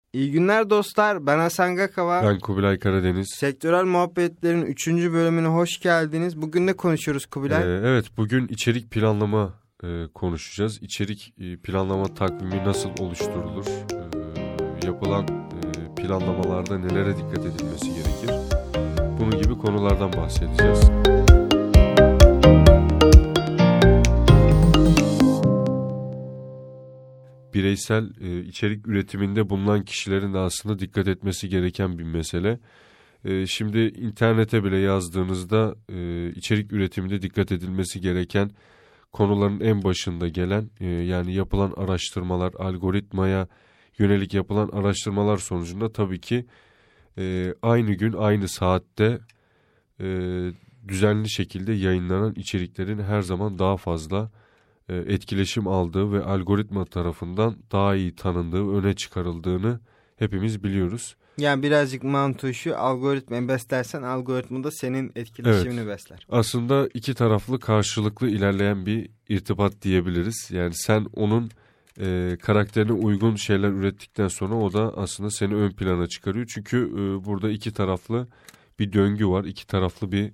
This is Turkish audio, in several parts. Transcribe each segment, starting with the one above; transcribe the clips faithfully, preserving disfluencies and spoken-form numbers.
İyi günler dostlar. Ben Hasan Gakava. Ben Kubilay Karadeniz. Sektörel Muhabbetlerin üçüncü bölümüne hoş geldiniz. Bugün ne konuşuyoruz Kubilay? Ee, evet, bugün içerik planlama e, konuşacağız. İçerik e, planlama takvimi nasıl oluşturulur? E, yapılan e, planlamalarda nelere dikkat edilmesi gerekir? Bunun gibi konulardan bahsedeceğiz. Bireysel e, içerik üretiminde bulunan kişilerin de aslında dikkat etmesi gereken bir mesele. E, şimdi internete bile yazdığınızda e, içerik üretiminde dikkat edilmesi gereken konuların en başında gelen e, yani yapılan araştırmalar, algoritmaya yönelik yapılan araştırmalar sonucunda tabii ki e, aynı gün aynı saatte e, düzenli şekilde yayınlanan içeriklerin her zaman daha fazla etkileşim aldığı ve algoritma tarafından daha iyi tanındığı, öne çıkarıldığını hepimiz biliyoruz. Yani birazcık mantığı şu, algoritmayı beslersen algoritma da senin etkileşimini evet. besler. Aslında iki taraflı karşılıklı ilerleyen bir irtibat diyebiliriz. Yani sen onun e, karakterine uygun şeyler ürettikten sonra o da aslında seni ön plana çıkarıyor. Çünkü e, burada iki taraflı bir döngü var, iki taraflı bir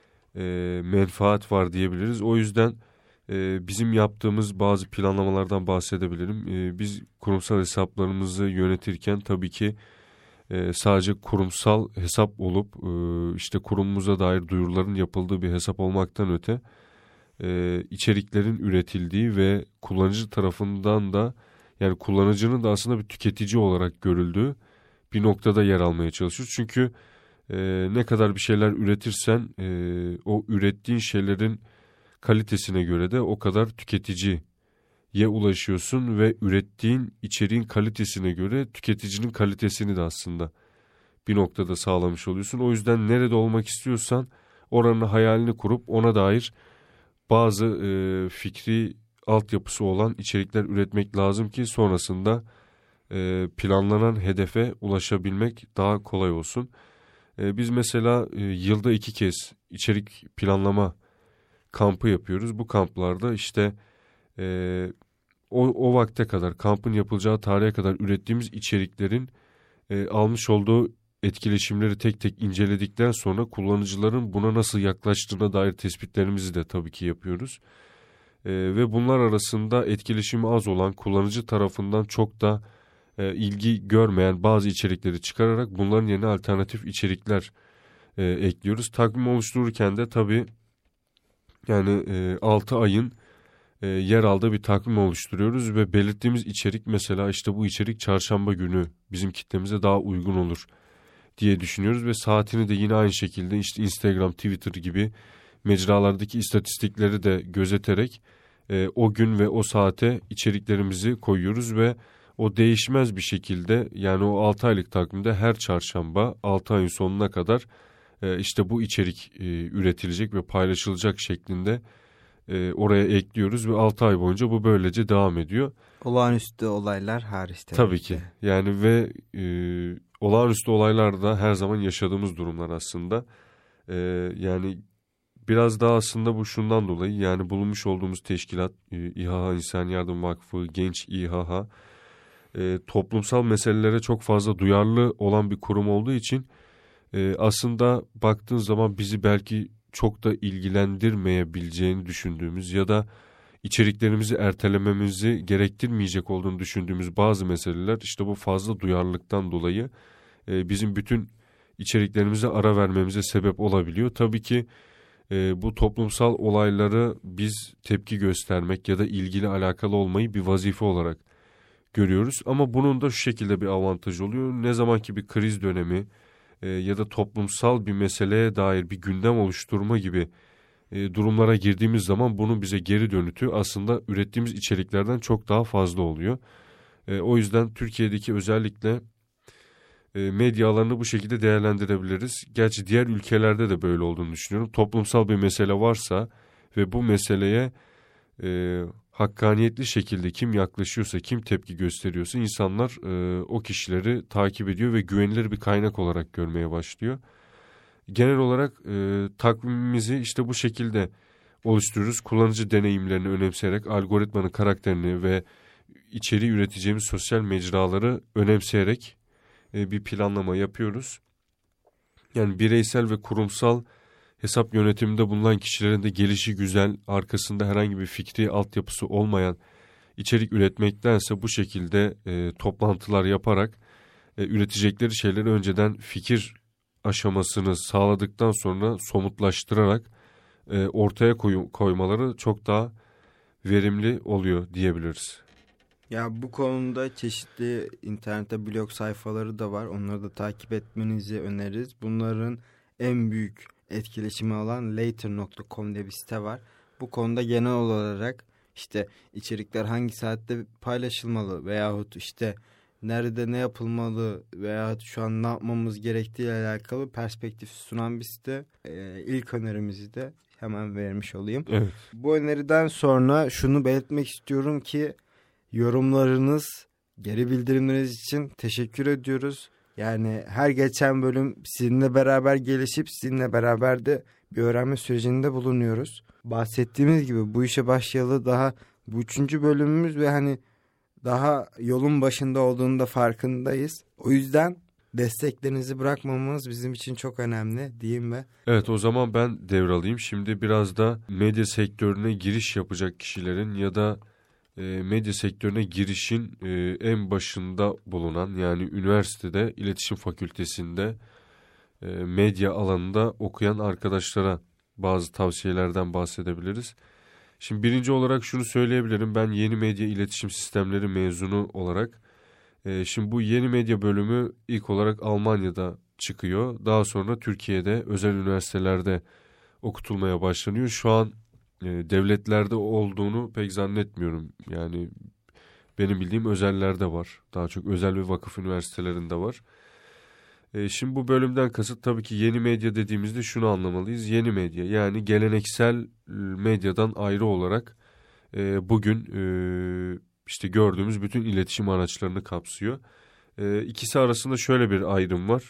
e, menfaat var diyebiliriz. O yüzden bizim yaptığımız bazı planlamalardan bahsedebilirim. Biz kurumsal hesaplarımızı yönetirken tabii ki sadece kurumsal hesap olup işte kurumumuza dair duyuruların yapıldığı bir hesap olmaktan öte içeriklerin üretildiği ve kullanıcı tarafından da yani kullanıcının da aslında bir tüketici olarak görüldüğü bir noktada yer almaya çalışıyoruz. Çünkü ne kadar bir şeyler üretirsen o ürettiğin şeylerin kalitesine göre de o kadar tüketiciye ulaşıyorsun ve ürettiğin içeriğin kalitesine göre tüketicinin kalitesini de aslında bir noktada sağlamış oluyorsun. O yüzden nerede olmak istiyorsan oranın hayalini kurup ona dair bazı e, fikri altyapısı olan içerikler üretmek lazım ki sonrasında e, planlanan hedefe ulaşabilmek daha kolay olsun. E, biz mesela e, yılda iki kez içerik planlama kampı yapıyoruz. Bu kamplarda işte e, o, o vakte kadar, kampın yapılacağı tarihe kadar ürettiğimiz içeriklerin e, almış olduğu etkileşimleri tek tek inceledikten sonra kullanıcıların buna nasıl yaklaştığına dair tespitlerimizi de tabii ki yapıyoruz. E, ve bunlar arasında etkileşimi az olan, kullanıcı tarafından çok da e, ilgi görmeyen bazı içerikleri çıkararak bunların yerine alternatif içerikler e, ekliyoruz. Takvim oluştururken de tabii yani e, altı ayın e, yer aldığı bir takvim oluşturuyoruz ve belirttiğimiz içerik mesela işte bu içerik çarşamba günü bizim kitlemize daha uygun olur diye düşünüyoruz ve saatini de yine aynı şekilde işte Instagram, Twitter gibi mecralardaki istatistikleri de gözeterek e, o gün ve o saate içeriklerimizi koyuyoruz ve o değişmez bir şekilde yani o altı aylık takvimde her çarşamba altı ayın sonuna kadar İşte bu içerik üretilecek ve paylaşılacak şeklinde oraya ekliyoruz ve altı ay boyunca bu böylece devam ediyor. Olağanüstü olaylar hariç. Tabii ki yani ve e, olağanüstü olaylar da her zaman yaşadığımız durumlar aslında. E, yani biraz daha aslında bu şundan dolayı yani bulunmuş olduğumuz teşkilat e, İHA İnsan Yardım Vakfı, Genç İHA e, toplumsal meselelere çok fazla duyarlı olan bir kurum olduğu için Ee, aslında baktığın zaman bizi belki çok da ilgilendirmeyebileceğini düşündüğümüz ya da içeriklerimizi ertelememizi gerektirmeyecek olduğunu düşündüğümüz bazı meseleler işte bu fazla duyarlılıktan dolayı e, bizim bütün içeriklerimize ara vermemize sebep olabiliyor. Tabii ki e, bu toplumsal olayları biz tepki göstermek ya da ilgili alakalı olmayı bir vazife olarak görüyoruz. Ama bunun da şu şekilde bir avantajı oluyor. Ne zaman ki bir kriz dönemi E, ya da toplumsal bir meseleye dair bir gündem oluşturma gibi e, durumlara girdiğimiz zaman bunun bize geri dönütü aslında ürettiğimiz içeriklerden çok daha fazla oluyor. E, o yüzden Türkiye'deki özellikle e, medya alanını bu şekilde değerlendirebiliriz. Gerçi diğer ülkelerde de böyle olduğunu düşünüyorum. Toplumsal bir mesele varsa ve bu meseleye e, hakkaniyetli şekilde kim yaklaşıyorsa, kim tepki gösteriyorsa insanlar e, o kişileri takip ediyor ve güvenilir bir kaynak olarak görmeye başlıyor. Genel olarak e, takvimimizi işte bu şekilde oluşturuyoruz. Kullanıcı deneyimlerini önemseyerek, algoritmanın karakterini ve içeriği üreteceğimiz sosyal mecraları önemseyerek e, bir planlama yapıyoruz. Yani bireysel ve kurumsal hesap yönetiminde bulunan kişilerin de gelişi güzel, arkasında herhangi bir fikri altyapısı olmayan içerik üretmektense bu şekilde e, toplantılar yaparak e, üretecekleri şeyleri önceden fikir aşamasını sağladıktan sonra somutlaştırarak e, ortaya koy, koymaları çok daha verimli oluyor diyebiliriz. Ya bu konuda çeşitli internette blog sayfaları da var. Onları da takip etmenizi öneririz. Bunların en büyük etkileşimi alan later nokta com diye bir site var. Bu konuda genel olarak işte içerikler hangi saatte paylaşılmalı veyahut işte nerede ne yapılmalı veyahut şu an ne yapmamız gerektiği ile alakalı perspektif sunan bir site. Ee, ilk önerimizi de hemen vermiş olayım. Evet. Bu öneriden sonra şunu belirtmek istiyorum ki yorumlarınız, geri bildirimleriniz için teşekkür ediyoruz. Yani her geçen bölüm sizinle beraber gelişip sizinle beraber de bir öğrenme sürecinde bulunuyoruz. Bahsettiğimiz gibi bu işe başlayalı daha bu üçüncü bölümümüz ve hani daha yolun başında olduğunda farkındayız. O yüzden desteklerinizi bırakmamamız bizim için çok önemli diyeyim ve... Evet, o zaman ben devralayım. Şimdi biraz da medya sektörüne giriş yapacak kişilerin ya da e, medya sektörüne girişin e, en başında bulunan, yani üniversitede iletişim fakültesinde e, medya alanında okuyan arkadaşlara bazı tavsiyelerden bahsedebiliriz. Şimdi birinci olarak şunu söyleyebilirim. Ben yeni medya iletişim sistemleri mezunu olarak e, şimdi bu yeni medya bölümü ilk olarak Almanya'da çıkıyor. Daha sonra Türkiye'de özel üniversitelerde okutulmaya başlanıyor. Şu an e, devletlerde olduğunu pek zannetmiyorum. Yani benim bildiğim özellerde var. Daha çok özel ve vakıf üniversitelerinde var. E, şimdi bu bölümden kasıt tabii ki yeni medya dediğimizde şunu anlamalıyız. Yeni medya, yani geleneksel medyadan ayrı olarak e, bugün e, işte gördüğümüz bütün iletişim araçlarını kapsıyor. E, ikisi arasında şöyle bir ayrım var.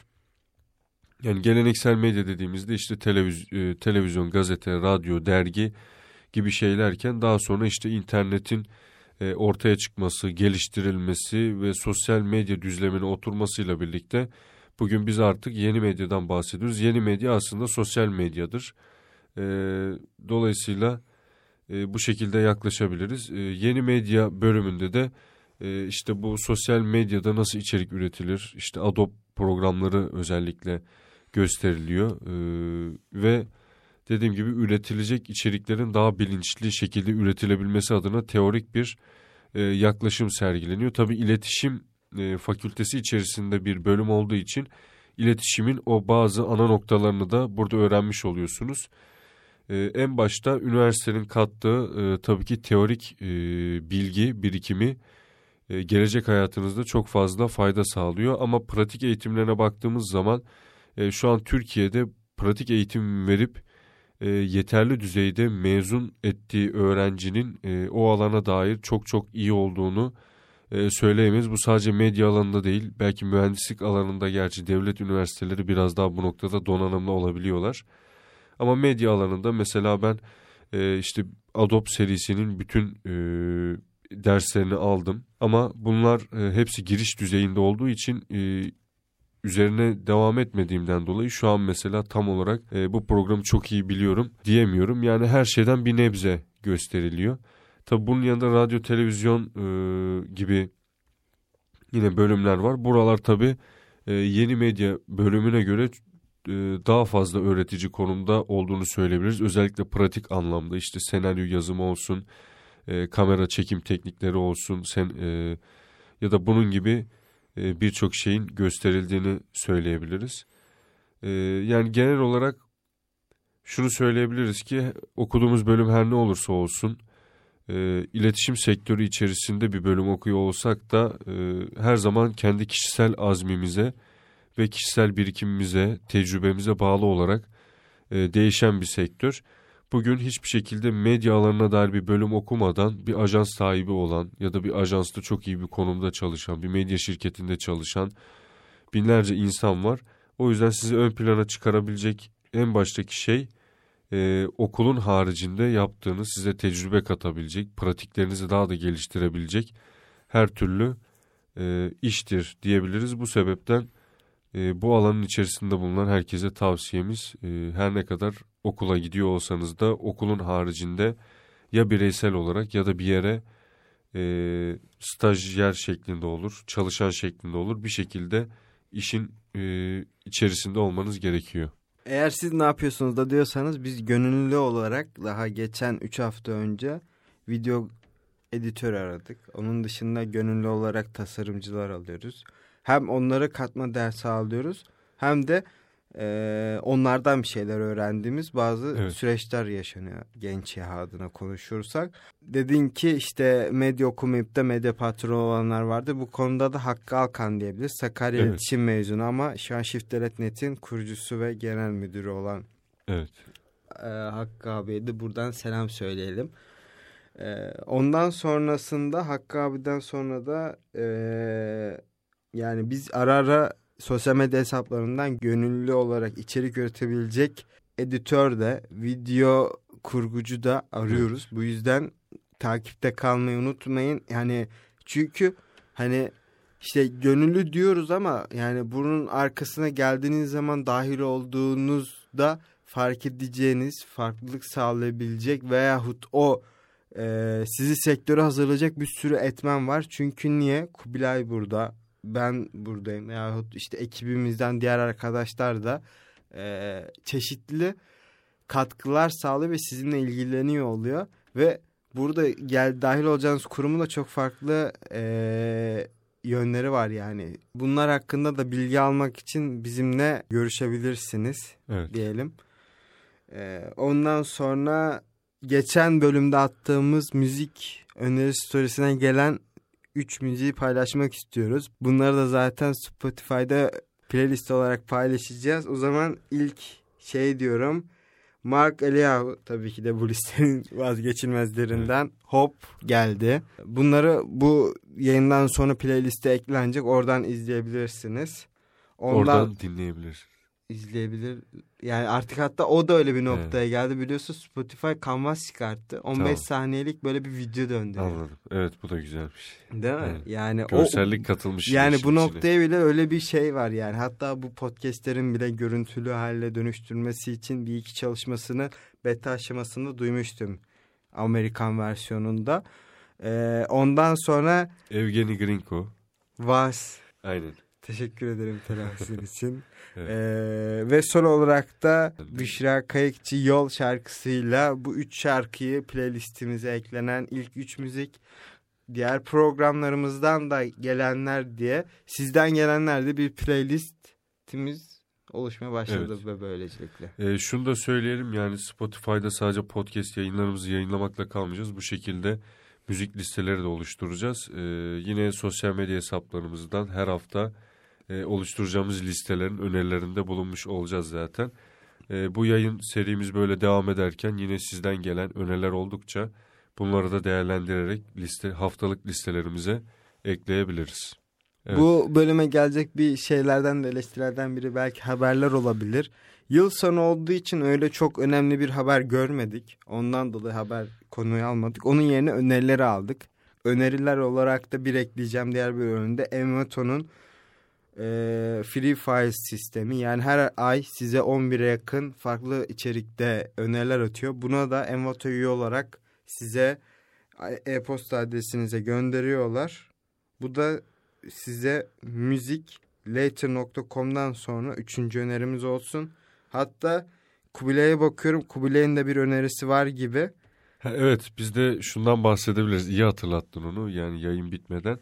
Yani geleneksel medya dediğimizde işte televiz e, televizyon, gazete, radyo, dergi gibi şeylerken daha sonra işte internetin e, ortaya çıkması, geliştirilmesi ve sosyal medya düzlemine oturmasıyla birlikte bugün biz artık yeni medyadan bahsediyoruz. Yeni medya aslında sosyal medyadır. E, dolayısıyla e, bu şekilde yaklaşabiliriz. E, yeni medya bölümünde de e, işte bu sosyal medyada nasıl içerik üretilir, işte Adobe programları özellikle gösteriliyor e, ve dediğim gibi üretilecek içeriklerin daha bilinçli şekilde üretilebilmesi adına teorik bir e, yaklaşım sergileniyor. Tabii iletişim e, fakültesi içerisinde bir bölüm olduğu için iletişimin o bazı ana noktalarını da burada öğrenmiş oluyorsunuz. E, en başta üniversitenin kattığı e, tabii ki teorik e, bilgi birikimi e, gelecek hayatınızda çok fazla fayda sağlıyor. Ama pratik eğitimlerine baktığımız zaman e, şu an Türkiye'de pratik eğitim verip e, yeterli düzeyde mezun ettiği öğrencinin e, o alana dair çok çok iyi olduğunu e, söyleyemeyiz. Bu sadece medya alanında değil, belki mühendislik alanında, gerçi devlet üniversiteleri biraz daha bu noktada donanımlı olabiliyorlar. Ama medya alanında mesela ben e, işte Adobe serisinin bütün e, derslerini aldım. Ama bunlar e, hepsi giriş düzeyinde olduğu için e, üzerine devam etmediğimden dolayı şu an mesela tam olarak e, bu programı çok iyi biliyorum diyemiyorum. Yani her şeyden bir nebze gösteriliyor. Tabii bunun yanında radyo, televizyon e, gibi yine bölümler var. Buralar tabii e, yeni medya bölümüne göre e, daha fazla öğretici konumda olduğunu söyleyebiliriz. Özellikle pratik anlamda işte senaryo yazımı olsun, e, kamera çekim teknikleri olsun sen, e, ya da bunun gibi e, birçok şeyin gösterildiğini söyleyebiliriz. E, yani genel olarak şunu söyleyebiliriz ki okuduğumuz bölüm her ne olursa olsun, e, iletişim sektörü içerisinde bir bölüm okuyor olsak da e, her zaman kendi kişisel azmimize ve kişisel birikimimize, tecrübemize bağlı olarak e, değişen bir sektör. Bugün hiçbir şekilde medya alanına dair bir bölüm okumadan bir ajans sahibi olan ya da bir ajansta çok iyi bir konumda çalışan, bir medya şirketinde çalışan binlerce insan var. O yüzden sizi ön plana çıkarabilecek en baştaki şey e, okulun haricinde yaptığınız, size tecrübe katabilecek, pratiklerinizi daha da geliştirebilecek her türlü e, iştir diyebiliriz. Bu sebepten e, bu alanın içerisinde bulunan herkese tavsiyemiz e, her ne kadar okula gidiyor olsanız da okulun haricinde ya bireysel olarak ya da bir yere e, stajyer şeklinde olur, çalışan şeklinde olur, bir şekilde işin e, içerisinde olmanız gerekiyor. Eğer siz ne yapıyorsunuz da diyorsanız biz gönüllü olarak daha geçen üç hafta önce video editör aradık. Onun dışında gönüllü olarak tasarımcılar alıyoruz. Hem onlara katma değer sağlıyoruz hem de e, onlardan bir şeyler öğrendiğimiz bazı evet. süreçler yaşanıyor genç yaha adına konuşursak. Dedin ki işte medya okumayıp da medya patronu olanlar vardı. Bu konuda da Hakkı Alkan diyebiliriz. Sakarya evet. İletişim mezunu ama şu an Shift.net Net'in kurucusu ve genel müdürü olan evet. e, Hakkı abiye de buradan selam söyleyelim. E, ondan sonrasında Hakkı abiden sonra da e, yani biz ara ara sosyal medya hesaplarından gönüllü olarak içerik üretebilecek editör de, video kurgucu da arıyoruz. Bu yüzden takipte kalmayı unutmayın. Yani çünkü hani işte gönüllü diyoruz ama yani bunun arkasına geldiğiniz zaman dahil olduğunuzda fark edeceğiniz, farklılık sağlayabilecek veyahut o e, sizi sektöre hazırlayacak bir sürü etmen var. Çünkü niye? Kubilay burada. Ben buradayım yahut işte ekibimizden diğer arkadaşlar da e, çeşitli katkılar sağlıyor ve sizinle ilgileniyor oluyor. Ve burada gel dahil olacağınız kurumun da çok farklı e, yönleri var yani. Bunlar hakkında da bilgi almak için bizimle görüşebilirsiniz evet. diyelim. E, ondan sonra geçen bölümde attığımız müzik öneri storiesine gelen üç müziği paylaşmak istiyoruz. Bunları da zaten Spotify'da playlist olarak paylaşacağız. O zaman ilk şey diyorum. Mark Eliyahu tabii ki de bu listenin vazgeçilmezlerinden evet. Hop geldi. Bunları bu yayından sonra playliste eklenecek. Oradan izleyebilirsiniz. Ondan Oradan dinleyebilir. İzleyebilir. Yani artık hatta o da öyle bir noktaya evet. geldi. Biliyorsun Spotify Canvas çıkarttı. on beş tamam. saniyelik böyle bir video döndürüyor. Anladım. Evet bu da güzelmiş. Değil mi? Evet. Yani görsellik o, katılmış. Yani bu noktaya içine. Bile öyle bir şey var yani. Hatta bu podcastlerin bile görüntülü hale dönüştürmesi için bir iki çalışmasını beta aşamasında duymuştum. Amerikan versiyonunda. Ee, ondan sonra Evgeni Grinko. Vas. Aynen. Teşekkür ederim telaffusun için. evet. ee, ve son olarak da Büşra Kayıkçı Yol şarkısıyla bu üç şarkıyı playlistimize eklenen ilk üç müzik. Diğer programlarımızdan da gelenler diye sizden gelenler de bir playlistimiz oluşmaya başladı evet. ve böylelikle. Ee, şunu da söyleyelim yani Spotify'da sadece podcast yayınlarımızı yayınlamakla kalmayacağız. Bu şekilde müzik listeleri de oluşturacağız. Ee, yine sosyal medya hesaplarımızdan her hafta e, oluşturacağımız listelerin önerilerinde bulunmuş olacağız zaten. E, bu yayın serimiz böyle devam ederken yine sizden gelen öneriler oldukça bunları da değerlendirerek liste haftalık listelerimize ekleyebiliriz. Evet. Bu bölüme gelecek bir şeylerden de eleştirilerden biri belki haberler olabilir. Yıl sonu olduğu için öyle çok önemli bir haber görmedik. Ondan dolayı haber konuyu almadık. Onun yerine önerileri aldık. Öneriler olarak da bir ekleyeceğim diğer bir önünde Envato'nun e, Free Files sistemi. Yani her ay size on bire yakın farklı içerikte öneriler atıyor. Buna da Envato üye olarak size e-posta adresinize gönderiyorlar. Bu da size müzik later nokta com'dan sonra üçüncü önerimiz olsun. Hatta Kubilay'a bakıyorum. Kubilay'ın da bir önerisi var gibi. Ha, evet biz de şundan bahsedebiliriz. İyi hatırlattın onu yani yayın bitmeden.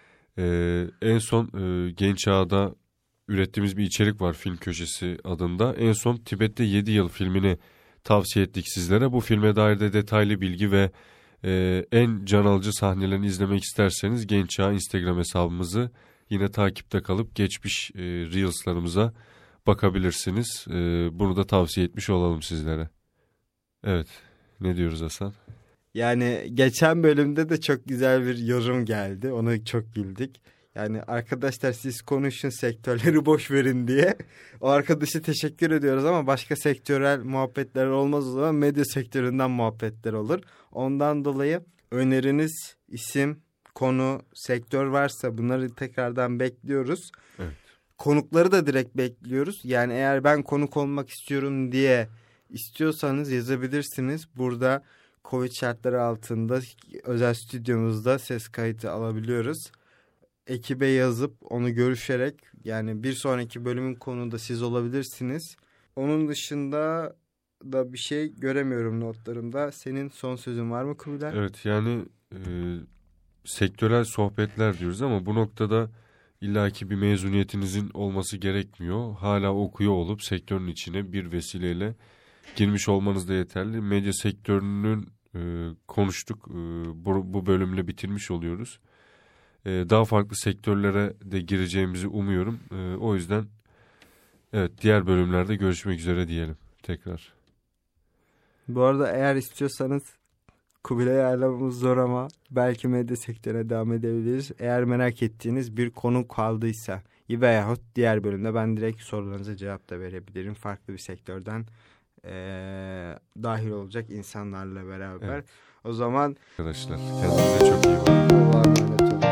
Ee, en son e, Genç Ağa'da ürettiğimiz bir içerik var Film Köşesi adında. En son Tibet'te yedi yıl filmini tavsiye ettik sizlere. Bu filme dair de detaylı bilgi ve e, en can alıcı sahnelerini izlemek isterseniz Genç Ağa Instagram hesabımızı yine takipte kalıp geçmiş e, Reels'larımıza bakabilirsiniz. E, bunu da tavsiye etmiş olalım sizlere. Evet. Ne diyoruz Hasan? Yani geçen bölümde de çok güzel bir yorum geldi. Ona çok güldük. Yani arkadaşlar siz konuşun sektörleri boş verin diye. O arkadaşa teşekkür ediyoruz ama başka sektörel muhabbetler olmaz o zaman medya sektöründen muhabbetler olur. Ondan dolayı öneriniz, isim, konu, sektör varsa bunları tekrardan bekliyoruz. Evet. Konukları da direkt bekliyoruz. Yani eğer ben konuk olmak istiyorum diye istiyorsanız yazabilirsiniz. Burada Covid şartları altında özel stüdyomuzda ses kayıtı alabiliyoruz. Ekibe yazıp onu görüşerek, yani bir sonraki bölümün konuğu da siz olabilirsiniz. Onun dışında da bir şey göremiyorum notlarımda. Senin son sözün var mı Kubilay? Evet, yani e, sektörel sohbetler diyoruz ama bu noktada illaki bir mezuniyetinizin olması gerekmiyor. Hala okuyor olup sektörün içine bir vesileyle girmiş olmanız da yeterli. Medya sektörünün e, konuştuk. E, bu, bu bölümle bitirmiş oluyoruz. E, daha farklı sektörlere de gireceğimizi umuyorum. E, o yüzden evet, diğer bölümlerde görüşmek üzere diyelim tekrar. Bu arada eğer istiyorsanız Kubilay ayarlamamız zor ama belki medya sektörüne devam edebiliriz. Eğer merak ettiğiniz bir konu kaldıysa veyahut diğer bölümde ben direkt sorularınıza cevap da verebilirim. Farklı bir sektörden ee, dahil olacak insanlarla beraber. Evet. O zaman Arkadaşlar kendinize çok iyi bakın. Allah'a emanet olun.